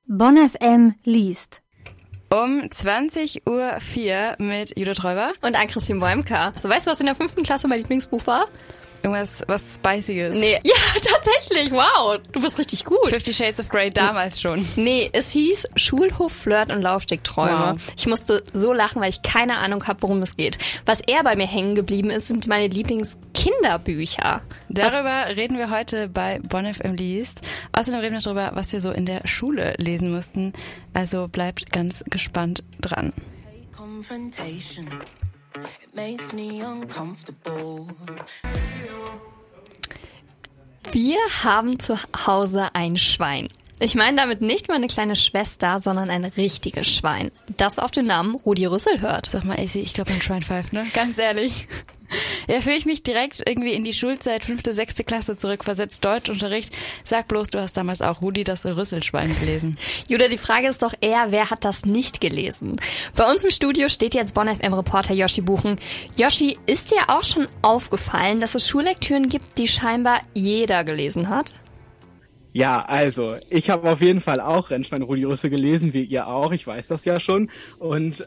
Bonn FM liest. Um 20.04 Uhr mit Judith Räuber und Ann-Christine Boemka. So, weißt du, was in der 5. Klasse mein Lieblingsbuch war? Irgendwas, was Spiciges. Nee. Ja, tatsächlich, wow, du bist richtig gut. 50 Shades of Grey damals schon. Nee, es hieß Schulhof, Flirt und Laufstegträume. Wow. Ich musste so lachen, weil ich keine Ahnung habe, worum es geht. Was eher bei mir hängen geblieben ist, sind meine Lieblingskinderbücher. Darüber reden wir heute bei Bonn FM liest. Außerdem reden wir darüber, was wir so in der Schule lesen mussten. Also bleibt ganz gespannt dran. It makes me uncomfortable. Wir haben zu Hause ein Schwein. Ich meine damit nicht meine kleine Schwester, sondern ein richtiges Schwein, das auf den Namen Rudi Rüssel hört. Sag mal, ich glaube, ein Schwein pfeift, ne? Ganz ehrlich. Ja, fühle ich mich direkt irgendwie in die Schulzeit, 5., 6. Klasse zurückversetzt, Deutschunterricht. Sag bloß, du hast damals auch Rudi das Rüsselschwein gelesen. Judah, die Frage ist doch eher, wer hat das nicht gelesen? Bei uns im Studio steht jetzt Bonn FM-Reporter Yoshi Buchen. Yoshi, ist dir auch schon aufgefallen, dass es Schullektüren gibt, die scheinbar jeder gelesen hat? Ja, also, ich habe auf jeden Fall auch Rennschwein Rudi Rüssel gelesen, wie ihr auch, ich weiß das ja schon. Und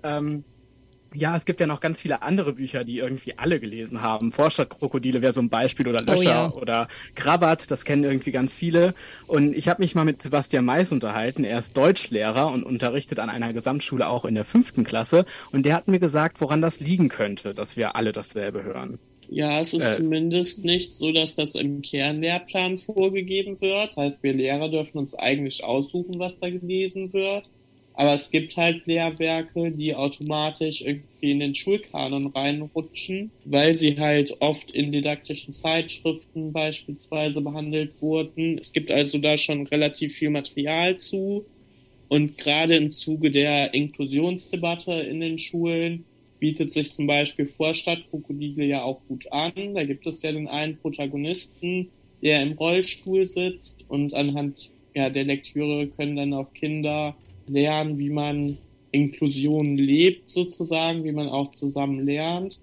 ja, es gibt ja noch ganz viele andere Bücher, die irgendwie alle gelesen haben. Vorstadtkrokodile wäre so ein Beispiel oder Löscher oder Krabat, das kennen irgendwie ganz viele. Und ich habe mich mal mit Sebastian Mais unterhalten. Er ist Deutschlehrer und unterrichtet an einer Gesamtschule auch in der 5. Klasse. Und der hat mir gesagt, woran das liegen könnte, dass wir alle dasselbe hören. Ja, es ist zumindest nicht so, dass das im Kernlehrplan vorgegeben wird. Das heißt, wir Lehrer dürfen uns eigentlich aussuchen, was da gelesen wird. Aber es gibt halt Lehrwerke, die automatisch irgendwie in den Schulkanon reinrutschen, weil sie halt oft in didaktischen Zeitschriften beispielsweise behandelt wurden. Es gibt also da schon relativ viel Material zu. Und gerade im Zuge der Inklusionsdebatte in den Schulen bietet sich zum Beispiel Vorstadtkrokodile ja auch gut an. Da gibt es ja den einen Protagonisten, der im Rollstuhl sitzt, und anhand der Lektüre können dann auch Kinder lernen, wie man Inklusion lebt sozusagen, wie man auch zusammen lernt.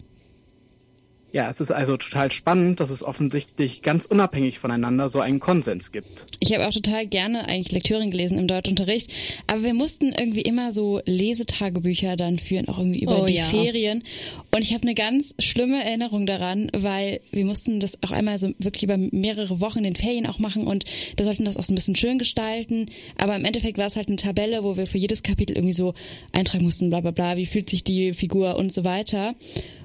Ja, es ist also total spannend, dass es offensichtlich ganz unabhängig voneinander so einen Konsens gibt. Ich habe auch total gerne eigentlich Lektüren gelesen im Deutschunterricht, aber wir mussten irgendwie immer so Lesetagebücher dann führen, auch irgendwie über die Ferien. Und ich habe eine ganz schlimme Erinnerung daran, weil wir mussten das auch einmal so wirklich über mehrere Wochen in den Ferien auch machen und da sollten das auch so ein bisschen schön gestalten. Aber im Endeffekt war es halt eine Tabelle, wo wir für jedes Kapitel irgendwie so eintragen mussten, bla bla bla, wie fühlt sich die Figur und so weiter.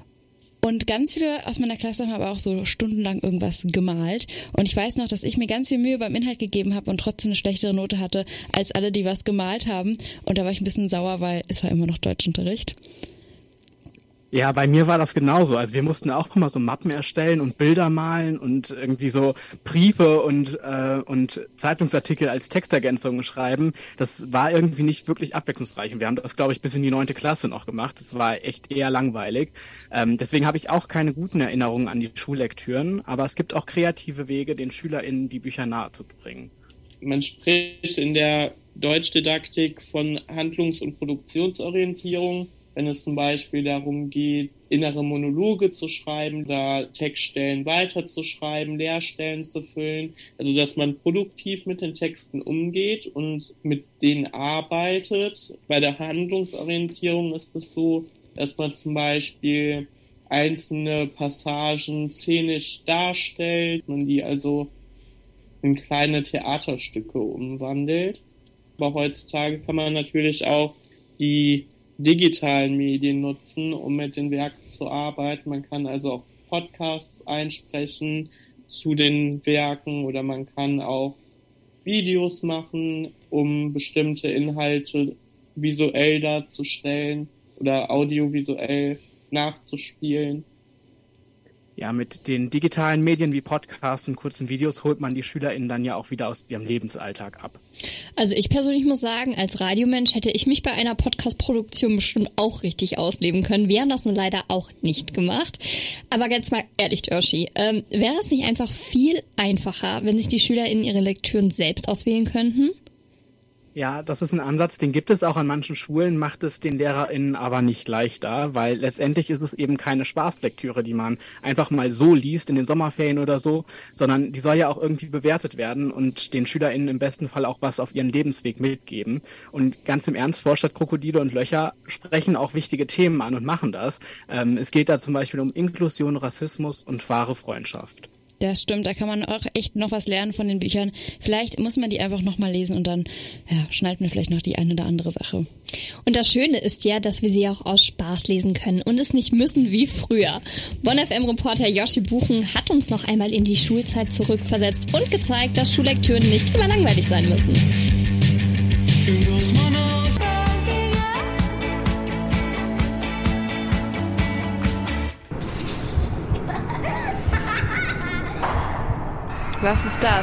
Und ganz viele aus meiner Klasse haben aber auch so stundenlang irgendwas gemalt. Und ich weiß noch, dass ich mir ganz viel Mühe beim Inhalt gegeben habe und trotzdem eine schlechtere Note hatte als alle, die was gemalt haben. Und da war ich ein bisschen sauer, weil es war immer noch Deutschunterricht. Ja, bei mir war das genauso. Also wir mussten auch immer so Mappen erstellen und Bilder malen und irgendwie so Briefe und Zeitungsartikel als Textergänzungen schreiben. Das war irgendwie nicht wirklich abwechslungsreich. Und wir haben das, glaube ich, bis in die 9. Klasse noch gemacht. Das war echt eher langweilig. Deswegen habe ich auch keine guten Erinnerungen an die Schullektüren. Aber es gibt auch kreative Wege, den SchülerInnen die Bücher nahezubringen. Man spricht in der Deutschdidaktik von Handlungs- und Produktionsorientierung, wenn es zum Beispiel darum geht, innere Monologe zu schreiben, da Textstellen weiterzuschreiben, Leerstellen zu füllen. Also, dass man produktiv mit den Texten umgeht und mit denen arbeitet. Bei der Handlungsorientierung ist es so, dass man zum Beispiel einzelne Passagen szenisch darstellt, man die also in kleine Theaterstücke umwandelt. Aber heutzutage kann man natürlich auch die digitalen Medien nutzen, um mit den Werken zu arbeiten. Man kann also auch Podcasts einsprechen zu den Werken oder man kann auch Videos machen, um bestimmte Inhalte visuell darzustellen oder audiovisuell nachzuspielen. Ja, mit den digitalen Medien wie Podcasts und kurzen Videos holt man die SchülerInnen dann ja auch wieder aus ihrem Lebensalltag ab. Also ich persönlich muss sagen, als Radiomensch hätte ich mich bei einer Podcast-Produktion bestimmt auch richtig ausleben können. Wir haben das nun leider auch nicht gemacht. Aber ganz mal ehrlich, Yoshi, wäre es nicht einfach viel einfacher, wenn sich die SchülerInnen ihre Lektüren selbst auswählen könnten? Ja, das ist ein Ansatz, den gibt es auch an manchen Schulen, macht es den LehrerInnen aber nicht leichter, weil letztendlich ist es eben keine Spaßlektüre, die man einfach mal so liest in den Sommerferien oder so, sondern die soll ja auch irgendwie bewertet werden und den SchülerInnen im besten Fall auch was auf ihren Lebensweg mitgeben. Und ganz im Ernst, Vorstadt Krokodile und Löcher sprechen auch wichtige Themen an und machen das. Es geht da zum Beispiel um Inklusion, Rassismus und wahre Freundschaft. Das stimmt, da kann man auch echt noch was lernen von den Büchern. Vielleicht muss man die einfach nochmal lesen und dann schnallt man vielleicht noch die eine oder andere Sache. Und das Schöne ist ja, dass wir sie auch aus Spaß lesen können und es nicht müssen wie früher. Bonn-FM-Reporter Yoshi Buchen hat uns noch einmal in die Schulzeit zurückversetzt und gezeigt, dass Schullektüren nicht immer langweilig sein müssen. Was ist das?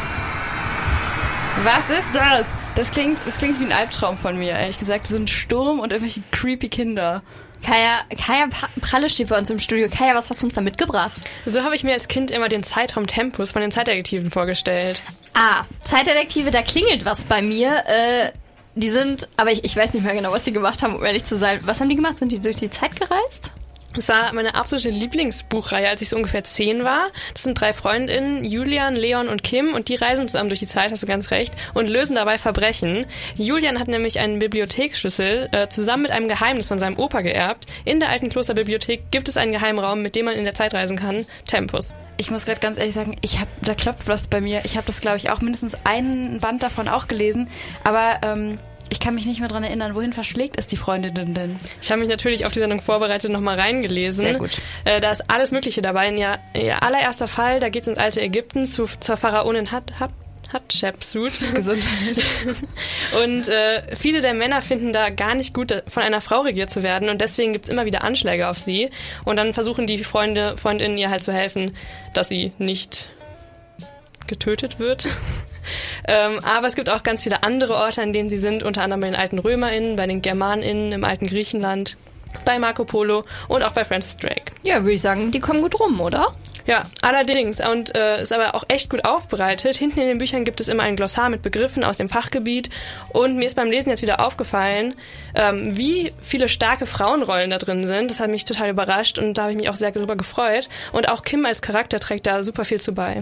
Was ist das? Das klingt wie ein Albtraum von mir, ehrlich gesagt. So ein Sturm und irgendwelche creepy Kinder. Kaya Pralle steht bei uns im Studio. Kaya, was hast du uns da mitgebracht? So habe ich mir als Kind immer den Zeitraum Tempus von den Zeitdetektiven vorgestellt. Zeitdetektive, da klingelt was bei mir. Die sind, aber ich weiß nicht mehr genau, was die gemacht haben, um ehrlich zu sein. Was haben die gemacht? Sind die durch die Zeit gereist? Das war meine absolute Lieblingsbuchreihe, als ich so ungefähr 10 war. Das sind 3 Freundinnen, Julian, Leon und Kim, und die reisen zusammen durch die Zeit, hast du ganz recht, und lösen dabei Verbrechen. Julian hat nämlich einen Bibliotheksschlüssel zusammen mit einem Geheimnis von seinem Opa geerbt. In der alten Klosterbibliothek gibt es einen Geheimraum, mit dem man in der Zeit reisen kann. Tempus. Ich muss gerade ganz ehrlich sagen, da klopft was bei mir. Ich habe das, glaube ich, auch mindestens einen Band davon auch gelesen, aber ich kann mich nicht mehr dran erinnern, wohin verschlägt es die Freundinnen denn? Ich habe mich natürlich auf die Sendung vorbereitet, nochmal reingelesen. Sehr gut. Da ist alles Mögliche dabei. Ihr allererster Fall, da geht es ins alte Ägypten zur Pharaonin Hatschepsut. Gesundheit. Und viele der Männer finden da gar nicht gut, von einer Frau regiert zu werden. Und deswegen gibt es immer wieder Anschläge auf sie. Und dann versuchen die Freundinnen ihr halt zu helfen, dass sie nicht getötet wird. Aber es gibt auch ganz viele andere Orte, an denen sie sind, unter anderem bei den alten RömerInnen, bei den GermanInnen, im alten Griechenland, bei Marco Polo und auch bei Francis Drake. Ja, würde ich sagen, die kommen gut rum, oder? Ja, allerdings. Und ist aber auch echt gut aufbereitet. Hinten in den Büchern gibt es immer ein Glossar mit Begriffen aus dem Fachgebiet. Und mir ist beim Lesen jetzt wieder aufgefallen, wie viele starke Frauenrollen da drin sind. Das hat mich total überrascht und da habe ich mich auch sehr darüber gefreut. Und auch Kim als Charakter trägt da super viel zu bei.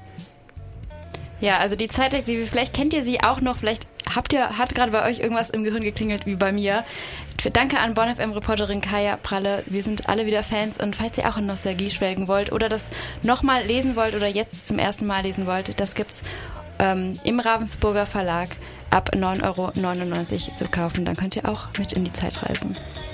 Ja, also die Zeitdetektive, vielleicht kennt ihr sie auch noch, vielleicht hat gerade bei euch irgendwas im Gehirn geklingelt wie bei mir. Danke an Bonn-FM-Reporterin Kaya Pralle. Wir sind alle wieder Fans, und falls ihr auch in Nostalgie schwelgen wollt oder das nochmal lesen wollt oder jetzt zum ersten Mal lesen wollt, das gibt's im Ravensburger Verlag ab 9,99 € zu kaufen. Dann könnt ihr auch mit in die Zeit reisen.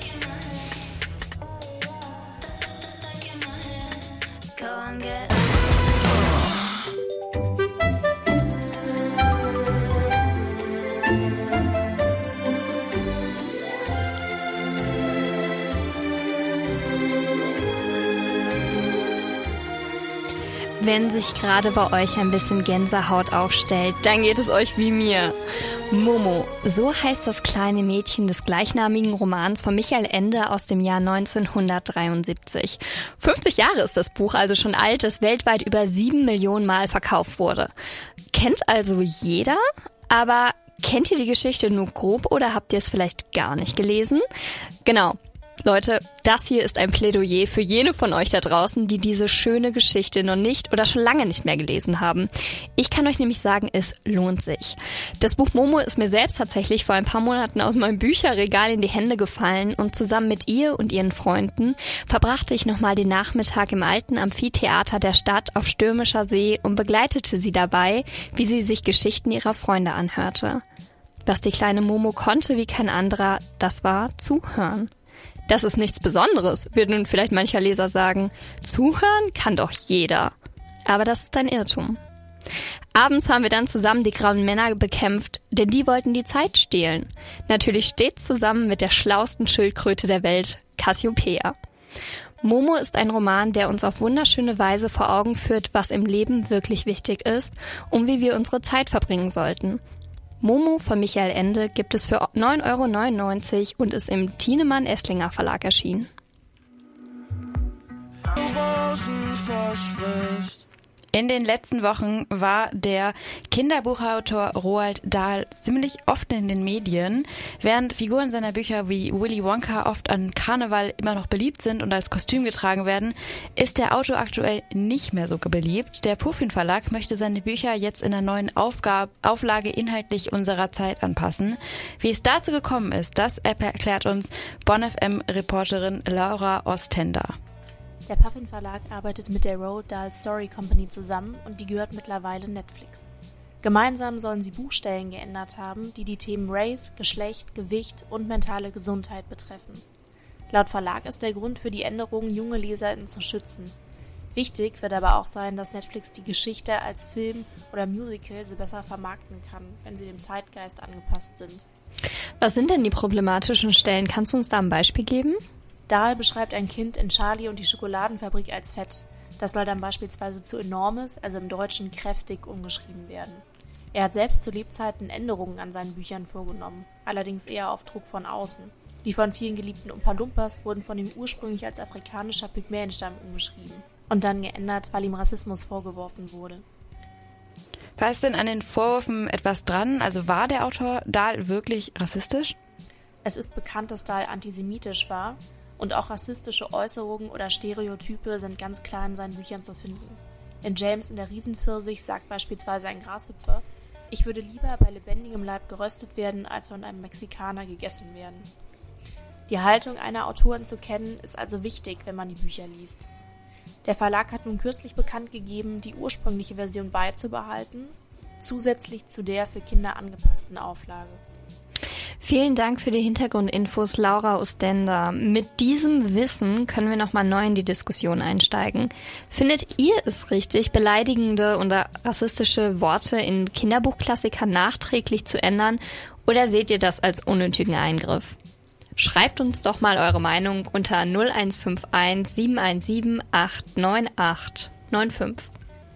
Wenn sich gerade bei euch ein bisschen Gänsehaut aufstellt, dann geht es euch wie mir. Momo, so heißt das kleine Mädchen des gleichnamigen Romans von Michael Ende aus dem Jahr 1973. 50 Jahre ist das Buch also schon alt, das weltweit über 7 Millionen Mal verkauft wurde. Kennt also jeder? Aber kennt ihr die Geschichte nur grob oder habt ihr es vielleicht gar nicht gelesen? Genau. Leute, das hier ist ein Plädoyer für jene von euch da draußen, die diese schöne Geschichte noch nicht oder schon lange nicht mehr gelesen haben. Ich kann euch nämlich sagen, es lohnt sich. Das Buch Momo ist mir selbst tatsächlich vor ein paar Monaten aus meinem Bücherregal in die Hände gefallen und zusammen mit ihr und ihren Freunden verbrachte ich nochmal den Nachmittag im alten Amphitheater der Stadt auf stürmischer See und begleitete sie dabei, wie sie sich Geschichten ihrer Freunde anhörte. Was die kleine Momo konnte wie kein anderer, das war zuhören. Das ist nichts Besonderes, wird nun vielleicht mancher Leser sagen. Zuhören kann doch jeder. Aber das ist ein Irrtum. Abends haben wir dann zusammen die grauen Männer bekämpft, denn die wollten die Zeit stehlen. Natürlich stets zusammen mit der schlauesten Schildkröte der Welt, Cassiopeia. Momo ist ein Roman, der uns auf wunderschöne Weise vor Augen führt, was im Leben wirklich wichtig ist und wie wir unsere Zeit verbringen sollten. Momo von Michael Ende gibt es für 9,99 € und ist im Thienemann-Esslinger Verlag erschienen. In den letzten Wochen war der Kinderbuchautor Roald Dahl ziemlich oft in den Medien. Während Figuren seiner Bücher wie Willy Wonka oft an Karneval immer noch beliebt sind und als Kostüm getragen werden, ist der Autor aktuell nicht mehr so beliebt. Der Puffin Verlag möchte seine Bücher jetzt in der neuen Auflage inhaltlich unserer Zeit anpassen. Wie es dazu gekommen ist, das erklärt uns Bonn-FM-Reporterin Laura Ostender. Der Puffin Verlag arbeitet mit der Roald Dahl Story Company zusammen und die gehört mittlerweile Netflix. Gemeinsam sollen sie Buchstellen geändert haben, die die Themen Race, Geschlecht, Gewicht und mentale Gesundheit betreffen. Laut Verlag ist der Grund für die Änderungen, junge LeserInnen zu schützen. Wichtig wird aber auch sein, dass Netflix die Geschichte als Film oder Musical so besser vermarkten kann, wenn sie dem Zeitgeist angepasst sind. Was sind denn die problematischen Stellen? Kannst du uns da ein Beispiel geben? Dahl beschreibt ein Kind in Charlie und die Schokoladenfabrik als fett. Das soll dann beispielsweise zu enormes, also im Deutschen kräftig, umgeschrieben werden. Er hat selbst zu Lebzeiten Änderungen an seinen Büchern vorgenommen, allerdings eher auf Druck von außen. Die von vielen geliebten Umpa-Lumpas wurden von ihm ursprünglich als afrikanischer Pygmäenstamm umgeschrieben und dann geändert, weil ihm Rassismus vorgeworfen wurde. War es denn an den Vorwürfen etwas dran? Also war der Autor Dahl wirklich rassistisch? Es ist bekannt, dass Dahl antisemitisch war. Und auch rassistische Äußerungen oder Stereotype sind ganz klar in seinen Büchern zu finden. In James und der Riesenpfirsich sagt beispielsweise ein Grashüpfer: Ich würde lieber bei lebendigem Leib geröstet werden, als von einem Mexikaner gegessen werden. Die Haltung einer Autorin zu kennen, ist also wichtig, wenn man die Bücher liest. Der Verlag hat nun kürzlich bekannt gegeben, die ursprüngliche Version beizubehalten, zusätzlich zu der für Kinder angepassten Auflage. Vielen Dank für die Hintergrundinfos, Laura Ostender. Mit diesem Wissen können wir nochmal neu in die Diskussion einsteigen. Findet ihr es richtig, beleidigende oder rassistische Worte in Kinderbuchklassikern nachträglich zu ändern, oder seht ihr das als unnötigen Eingriff? Schreibt uns doch mal eure Meinung unter 0151 717 898 95.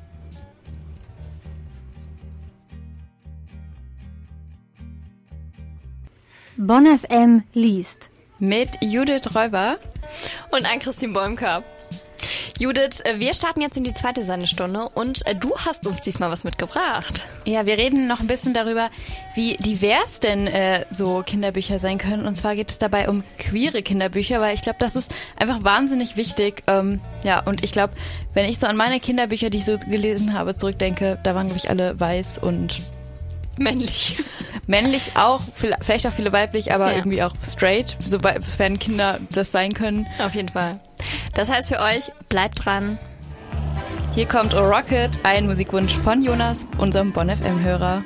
Bonn FM liest. Mit Judith Räuber und Ann-Christine Bäumker. Judith, wir starten jetzt in die zweite Sendestunde und du hast uns diesmal was mitgebracht. Ja, wir reden noch ein bisschen darüber, wie divers denn so Kinderbücher sein können. Und zwar geht es dabei um queere Kinderbücher, weil ich glaube, das ist einfach wahnsinnig wichtig. Ja, und ich glaube, wenn ich so an meine Kinderbücher, die ich so gelesen habe, zurückdenke, da waren, glaube ich, alle weiß und männlich. Männlich auch, vielleicht auch viele weiblich, aber irgendwie auch straight, sofern Kinder das sein können. Auf jeden Fall. Das heißt für euch, bleibt dran. Hier kommt O Rocket, ein Musikwunsch von Jonas, unserem Bonn FM-Hörer.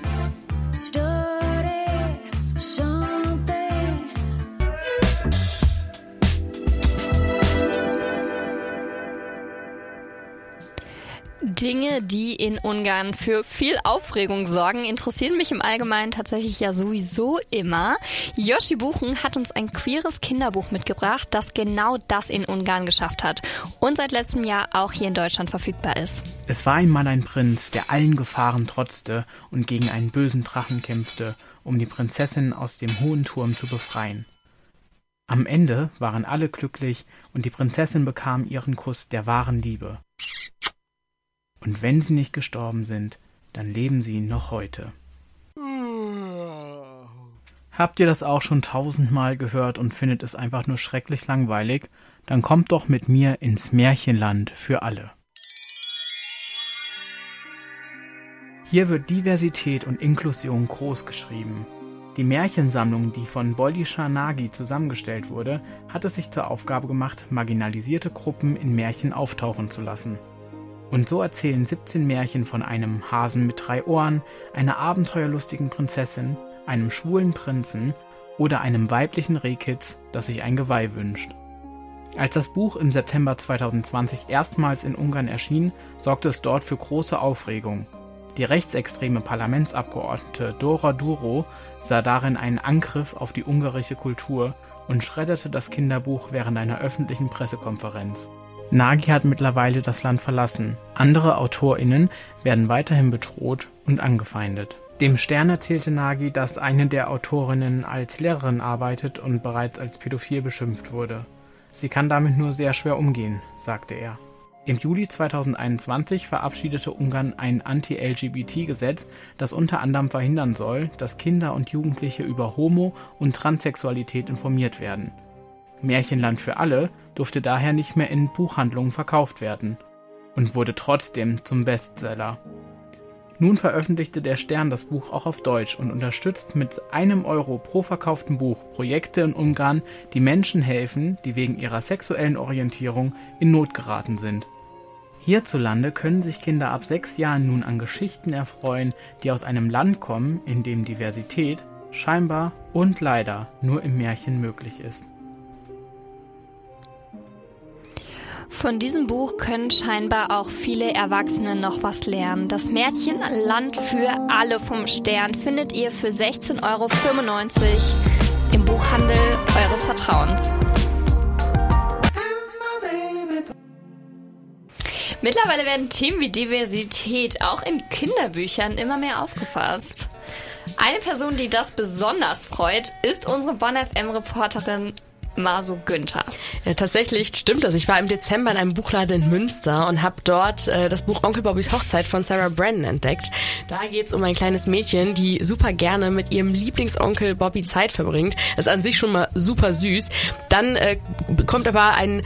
Dinge, die in Ungarn für viel Aufregung sorgen, interessieren mich im Allgemeinen tatsächlich ja sowieso immer. Yoshi Buchen hat uns ein queeres Kinderbuch mitgebracht, das genau das in Ungarn geschafft hat und seit letztem Jahr auch hier in Deutschland verfügbar ist. Es war einmal ein Prinz, der allen Gefahren trotzte und gegen einen bösen Drachen kämpfte, um die Prinzessin aus dem hohen Turm zu befreien. Am Ende waren alle glücklich und die Prinzessin bekam ihren Kuss der wahren Liebe. Und wenn sie nicht gestorben sind, dann leben sie noch heute. Habt ihr das auch schon 1000-mal gehört und findet es einfach nur schrecklich langweilig? Dann kommt doch mit mir ins Märchenland für alle. Hier wird Diversität und Inklusion großgeschrieben. Die Märchensammlung, die von Boldischer Nagy zusammengestellt wurde, hat es sich zur Aufgabe gemacht, marginalisierte Gruppen in Märchen auftauchen zu lassen. Und so erzählen 17 Märchen von einem Hasen mit 3 Ohren, einer abenteuerlustigen Prinzessin, einem schwulen Prinzen oder einem weiblichen Rehkitz, das sich ein Geweih wünscht. Als das Buch im September 2020 erstmals in Ungarn erschien, sorgte es dort für große Aufregung. Die rechtsextreme Parlamentsabgeordnete Dora Duro sah darin einen Angriff auf die ungarische Kultur und schredderte das Kinderbuch während einer öffentlichen Pressekonferenz. Nagy hat mittlerweile das Land verlassen. Andere AutorInnen werden weiterhin bedroht und angefeindet. Dem Stern erzählte Nagy, dass eine der Autorinnen als Lehrerin arbeitet und bereits als pädophil beschimpft wurde. Sie kann damit nur sehr schwer umgehen, sagte er. Im Juli 2021 verabschiedete Ungarn ein Anti-LGBT-Gesetz, das unter anderem verhindern soll, dass Kinder und Jugendliche über Homo- und Transsexualität informiert werden. Märchenland für alle durfte daher nicht mehr in Buchhandlungen verkauft werden und wurde trotzdem zum Bestseller. Nun veröffentlichte der Stern das Buch auch auf Deutsch und unterstützt mit €1 pro verkauften Buch Projekte in Ungarn, die Menschen helfen, die wegen ihrer sexuellen Orientierung in Not geraten sind. Hierzulande können sich Kinder ab 6 Jahren nun an Geschichten erfreuen, die aus einem Land kommen, in dem Diversität scheinbar und leider nur im Märchen möglich ist. Von diesem Buch können scheinbar auch viele Erwachsene noch was lernen. Das Märchen Land für alle vom Stern findet ihr für 16,95 € im Buchhandel eures Vertrauens. Mittlerweile werden Themen wie Diversität auch in Kinderbüchern immer mehr aufgefasst. Eine Person, die das besonders freut, ist unsere Bonn-FM-Reporterin Maso Günther. Ja, tatsächlich stimmt das. Ich war im Dezember in einem Buchladen in Münster und habe dort das Buch Onkel Bobbys Hochzeit von Sarah Brandon entdeckt. Da geht's um ein kleines Mädchen, die super gerne mit ihrem Lieblingsonkel Bobby Zeit verbringt. Das ist an sich schon mal super süß. Dann kommt aber ein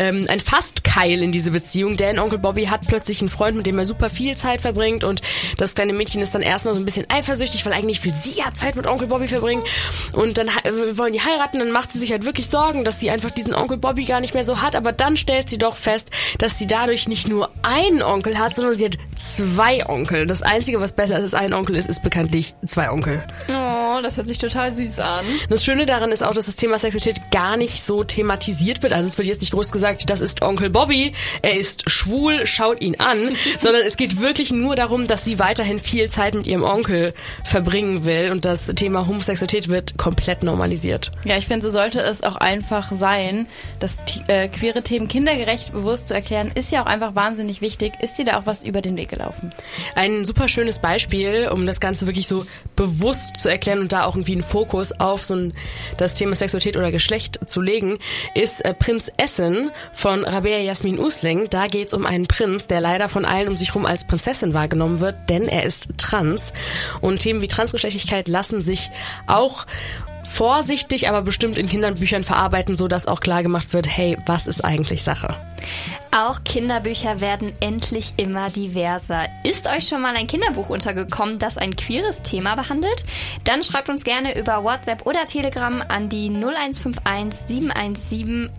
Fastkeil in diese Beziehung, denn Onkel Bobby hat plötzlich einen Freund, mit dem er super viel Zeit verbringt, und das kleine Mädchen ist dann erstmal so ein bisschen eifersüchtig, weil eigentlich will sie ja Zeit mit Onkel Bobby verbringen, und dann wollen die heiraten. Dann macht sie sich halt wirklich Sorgen, dass sie einfach diesen Onkel Bobby gar nicht mehr so hat, aber dann stellt sie doch fest, dass sie dadurch nicht nur einen Onkel hat, sondern sie hat 2 Onkel. Das Einzige, was besser ist als ein Onkel ist bekanntlich 2 Onkel. Oh, das hört sich total süß an. Das Schöne daran ist auch, dass das Thema Sexualität gar nicht so thematisiert wird. Also es wird jetzt nicht groß gesagt, das ist Onkel Bobby, er ist schwul, schaut ihn an, sondern es geht wirklich nur darum, dass sie weiterhin viel Zeit mit ihrem Onkel verbringen will, und das Thema Homosexualität wird komplett normalisiert. Ja, ich finde, so sollte es auch einfach sein, dass queere Themen kindergerecht bewusst zu erklären, ist ja auch einfach wahnsinnig wichtig. Ist dir da auch was über den Weg gelaufen? Ein super schönes Beispiel, um das Ganze wirklich so bewusst zu erklären und da auch irgendwie einen Fokus auf das Thema Sexualität oder Geschlecht zu legen, ist Prinz Essen von Rabea Jasmin Usling. Da geht es um einen Prinz, der leider von allen um sich rum als Prinzessin wahrgenommen wird, denn er ist trans. Und Themen wie Transgeschlechtlichkeit lassen sich auch vorsichtig, aber bestimmt in Kinderbüchern verarbeiten, so dass auch klar gemacht wird, hey, was ist eigentlich Sache? Auch Kinderbücher werden endlich immer diverser. Ist euch schon mal ein Kinderbuch untergekommen, das ein queeres Thema behandelt? Dann schreibt uns gerne über WhatsApp oder Telegram an die 0151 717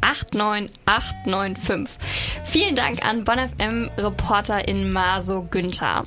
89895. Vielen Dank an Bonn FM Reporterin Maso Günther.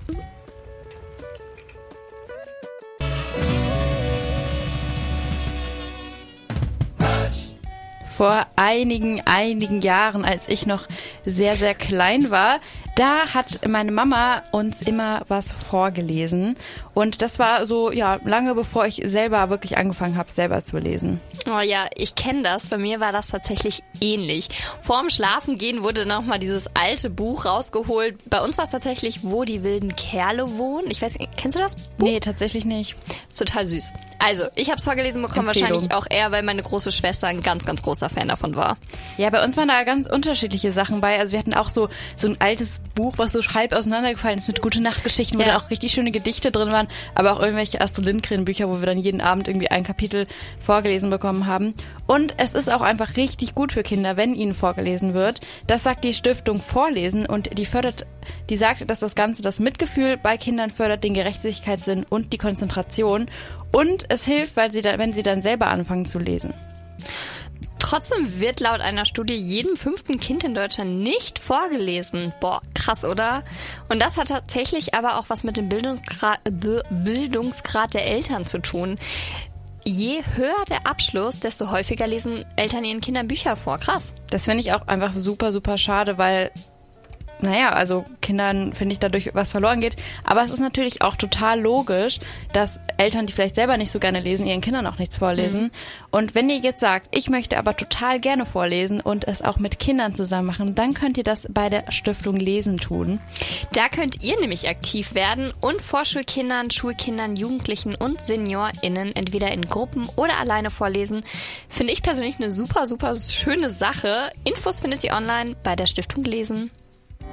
Vor einigen Jahren, als ich noch sehr, sehr klein war, da hat meine Mama uns immer was vorgelesen. Und das war so, ja, lange bevor ich selber wirklich angefangen habe, selber zu lesen. Oh ja, ich kenne das. Bei mir war das tatsächlich ähnlich. Vorm Schlafengehen wurde nochmal dieses alte Buch rausgeholt. Bei uns war es tatsächlich Wo die wilden Kerle wohnen. Ich weiß, kennst du das Buch? Nee, tatsächlich nicht. Ist total süß. Also, ich habe es vorgelesen bekommen, wahrscheinlich auch eher, weil meine große Schwester ein ganz, ganz großer Fan davon war. Ja, bei uns waren da ganz unterschiedliche Sachen bei. Also wir hatten auch so ein altes Buch, was so halb auseinandergefallen ist mit Gute-Nacht-Geschichten, wo da auch richtig schöne Gedichte drin waren, aber auch irgendwelche Astrid Lindgren-Bücher, wo wir dann jeden Abend irgendwie ein Kapitel vorgelesen bekommen haben. Und es ist auch einfach richtig gut für Kinder, wenn ihnen vorgelesen wird. Das sagt die Stiftung Vorlesen, und die sagt, dass das Ganze das Mitgefühl bei Kindern fördert, den Gerechtigkeitssinn und die Konzentration. Und es hilft, wenn sie dann selber anfangen zu lesen. Trotzdem wird laut einer Studie jedem 5. Kind in Deutschland nicht vorgelesen. Boah, krass, oder? Und das hat tatsächlich aber auch was mit dem Bildungsgrad der Eltern zu tun. Je höher der Abschluss, desto häufiger lesen Eltern ihren Kindern Bücher vor. Krass. Das finde ich auch einfach super, super schade, weil also Kindern, finde ich, dadurch was verloren geht. Aber es ist natürlich auch total logisch, dass Eltern, die vielleicht selber nicht so gerne lesen, ihren Kindern auch nichts vorlesen. Mhm. Und wenn ihr jetzt sagt, ich möchte aber total gerne vorlesen und es auch mit Kindern zusammen machen, dann könnt ihr das bei der Stiftung Lesen tun. Da könnt ihr nämlich aktiv werden und Vorschulkindern, Schulkindern, Jugendlichen und SeniorInnen entweder in Gruppen oder alleine vorlesen. Finde ich persönlich eine super, super schöne Sache. Infos findet ihr online bei der Stiftung Lesen.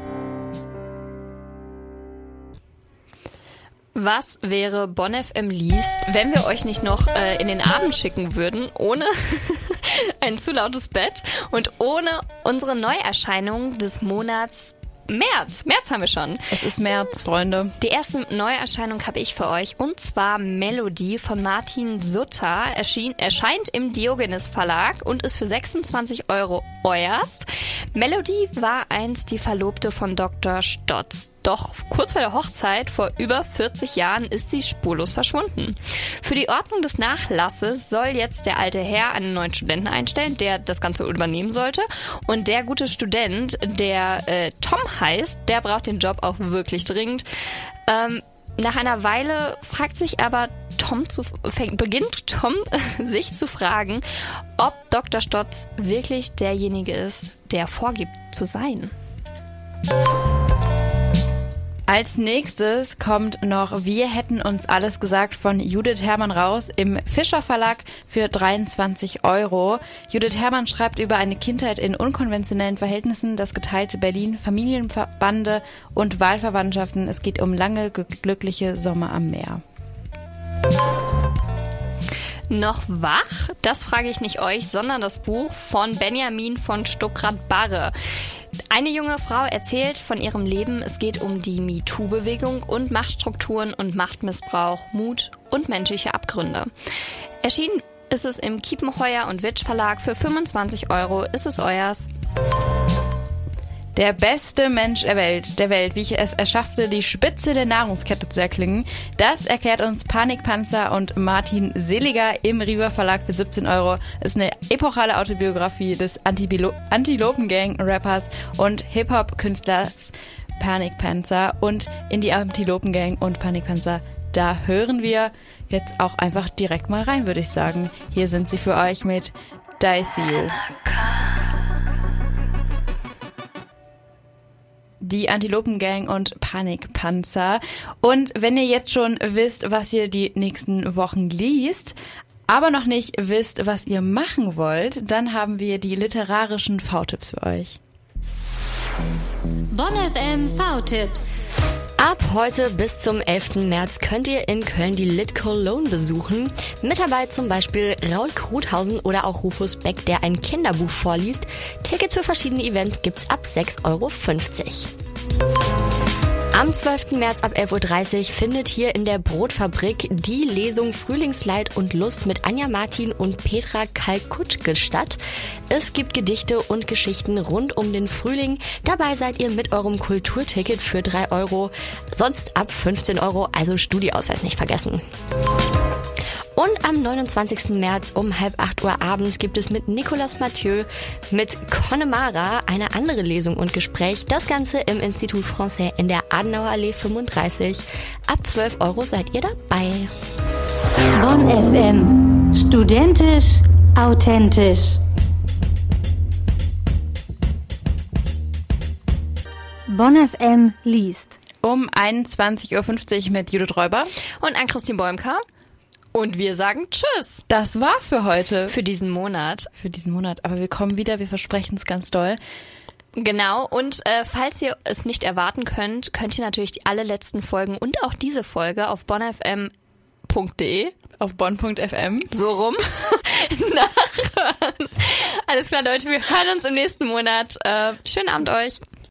Was wäre Bonn FM liest, wenn wir euch nicht noch in den Abend schicken würden, ohne ein zu lautes Bett und ohne unsere Neuerscheinung des Monats März. März haben wir schon. Es ist März, Freunde. Die erste Neuerscheinung habe ich für euch, und zwar Melodie von Martin Sutter. Erscheint im Diogenes Verlag und ist für 26 € euerst. Melodie war einst die Verlobte von Dr. Stotz. Doch kurz vor der Hochzeit, vor über 40 Jahren, ist sie spurlos verschwunden. Für die Ordnung des Nachlasses soll jetzt der alte Herr einen neuen Studenten einstellen, der das Ganze übernehmen sollte. Und der gute Student, der Tom heißt, der braucht den Job auch wirklich dringend. Nach einer Weile beginnt Tom sich zu fragen, ob Dr. Stotz wirklich derjenige ist, der vorgibt zu sein. Als nächstes kommt noch Wir hätten uns alles gesagt von Judith Herrmann raus im Fischer Verlag für 23 €. Judith Herrmann schreibt über eine Kindheit in unkonventionellen Verhältnissen, das geteilte Berlin, Familienbande und Wahlverwandtschaften. Es geht um lange, glückliche Sommer am Meer. Noch wach? Das frage ich nicht euch, sondern das Buch von Benjamin von Stuckrad-Barre. Eine junge Frau erzählt von ihrem Leben. Es geht um die MeToo-Bewegung und Machtstrukturen und Machtmissbrauch, Mut und menschliche Abgründe. Erschienen ist es im Kiepenheuer und Witsch Verlag. Für 25 € ist es euers. Der beste Mensch der Welt, wie ich es erschaffte, die Spitze der Nahrungskette zu erklingen, das erklärt uns Panikpanzer und Martin Seliger im Riva Verlag für 17 €. Ist eine epochale Autobiografie des Antilopen-Gang-Rappers und Hip-Hop-Künstlers Panikpanzer. Und in die Antilopen-Gang und Panikpanzer, da hören wir jetzt auch einfach direkt mal rein, würde ich sagen. Hier sind sie für euch mit Dicey. Die Antilopen-Gang und Panikpanzer. Und wenn ihr jetzt schon wisst, was ihr die nächsten Wochen liest, aber noch nicht wisst, was ihr machen wollt, dann haben wir die literarischen V-Tipps für euch. Bonn FM V-Tipps. Ab heute bis zum 11. März könnt ihr in Köln die Lit Cologne besuchen. Mit dabei zum Beispiel Raul Kruthausen oder auch Rufus Beck, der ein Kinderbuch vorliest. Tickets für verschiedene Events gibt's ab 6,50 €. Am 12. März ab 11:30 Uhr findet hier in der Brotfabrik die Lesung Frühlingsleid und Lust mit Anja Martin und Petra Kalkutschke statt. Es gibt Gedichte und Geschichten rund um den Frühling. Dabei seid ihr mit eurem Kulturticket für 3 €, sonst ab 15 €, also Studieausweis nicht vergessen. Und am 29. März um 7:30 Uhr abends gibt es mit Nicolas Mathieu mit Connemara eine andere Lesung und Gespräch. Das Ganze im Institut Français in der Adenauerallee 35. Ab 12 € seid ihr dabei. Bonn FM. Studentisch, authentisch. Bonn FM liest. Um 21:50 Uhr mit Judith Räuber und Ann-Christine Boemka. Und wir sagen Tschüss. Das war's für heute. Für diesen Monat. Aber wir kommen wieder, wir versprechen es ganz doll. Genau, und falls ihr es nicht erwarten könnt, könnt ihr natürlich alle letzten Folgen und auch diese Folge auf bonnfm.de, auf bonn.fm, so rum, nachhören. Alles klar, Leute, wir hören uns im nächsten Monat. Schönen Abend euch.